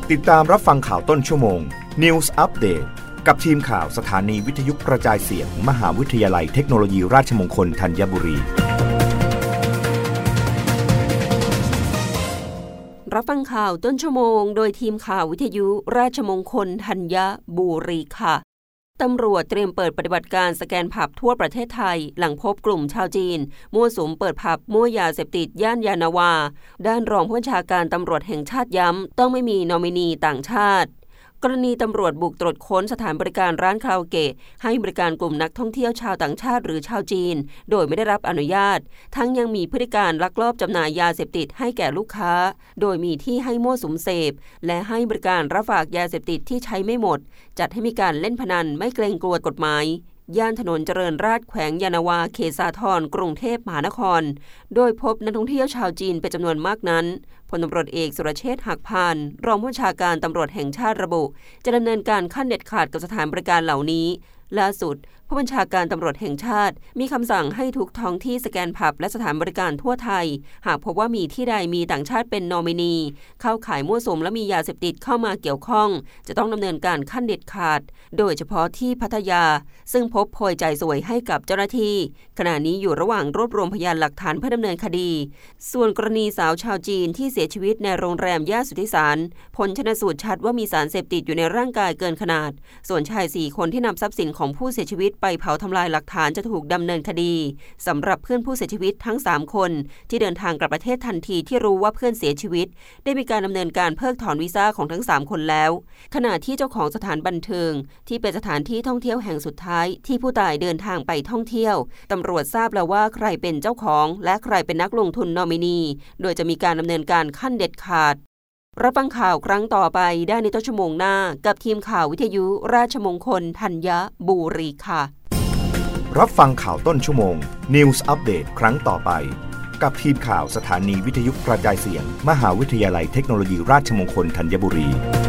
ติดตามรับฟังข่าวต้นชั่วโมง News Update กับทีมข่าวสถานีวิทยุกระจายเสียง มหาวิทยาลัยเทคโนโลยีราชมงคลธัญบุรีรับฟังข่าวต้นชั่วโมงโดยทีมข่าววิทยุราชมงคลธัญบุรีค่ะตำรวจเตรียมเปิดปฏิบัติการสแกนผับทั่วประเทศไทยหลังพบกลุ่มชาวจีนมั่วสุมเปิดผับมั่วยาเสพติดย่านยานนาวาด้านรองผู้บัญชาการตำรวจแห่งชาติย้ำต้องไม่มีนอมินีต่างชาติกรณีตำรวจบุกตรวจค้นสถานบริการร้านคาราโอเกะให้บริการกลุ่มนักท่องเที่ยวชาวต่างชาติหรือชาวจีนโดยไม่ได้รับอนุญาตทั้งยังมีพฤติการลักลอบจำหน่ายยาเสพติดให้แก่ลูกค้าโดยมีที่ให้มั่วสุมเสพและให้บริการรับฝากยาเสพติดที่ใช้ไม่หมดจัดให้มีการเล่นพนันไม่เกรงกลัวกฎหมายย่านถนนเจริญราษฎร์แขวงยานนาวาเขตสาทรกรุงเทพมหานครโดยพบนักท่องเที่ยวชาวจีนเป็นจำนวนมากนั้นพลตำรวจเอกสุรเชษฐ์หักพานรองผู้บัญชาการตำรวจแห่งชาติระบุจะดำเนินการขั้นเด็ดขาดกับสถานบริการเหล่านี้ล่าสุดผู้บัญชาการตำรวจแห่งชาติมีคำสั่งให้ทุกท้องที่สแกนผับและสถานบริการทั่วไทยหากพบว่ามีที่ใดมีต่างชาติเป็นนอมินีเข้าขายมั่วสุมและมียาเสพติดเข้ามาเกี่ยวข้องจะต้องดำเนินการขั้นเด็ดขาดโดยเฉพาะที่พัทยาซึ่งพบโพยจ่ายสวยให้กับเจ้าหน้าที่ขณะนี้อยู่ระหว่างรวบรวมพยานหลักฐานเพื่อดำเนินคดีส่วนกรณีสาวชาวจีนที่เสียชีวิตในโรงแรมย่านสุทธิสารผลชันสูตรชัดว่ามีสารเสพติดอยู่ในร่างกายเกินขนาดส่วนชาย4คนที่นำทรัพย์สินของผู้เสียชีวิตไปเผาทำลายหลักฐานจะถูกดำเนินคดีสำหรับเพื่อนผู้เสียชีวิตทั้ง3คนที่เดินทางกลับประเทศทันทีที่รู้ว่าเพื่อนเสียชีวิตได้มีการดำเนินการเพิกถอนวีซ่าของทั้ง3คนแล้วขณะที่เจ้าของสถานบันเทิงที่เป็นสถานที่ท่องเที่ยวแห่งสุดท้ายที่ผู้ตายเดินทางไปท่องเที่ยวตำรวจทราบแล้วว่าใครเป็นเจ้าของและใครเป็นนักลงทุนนอมินีโดยจะมีการดำเนินการขั้นเด็ดขาดรับฟังข่าวครั้งต่อไปได้ในต้นชั่วโมงหน้ากับทีมข่าววิทยุราชมงคลธัญบุรีค่ะรับฟังข่าวต้นชั่วโมง News Update ครั้งต่อไปกับทีมข่าวสถานีวิทยุกระจายเสียง มหาวิทยาลัยเทคโนโลยีราชมงคลธัญบุรี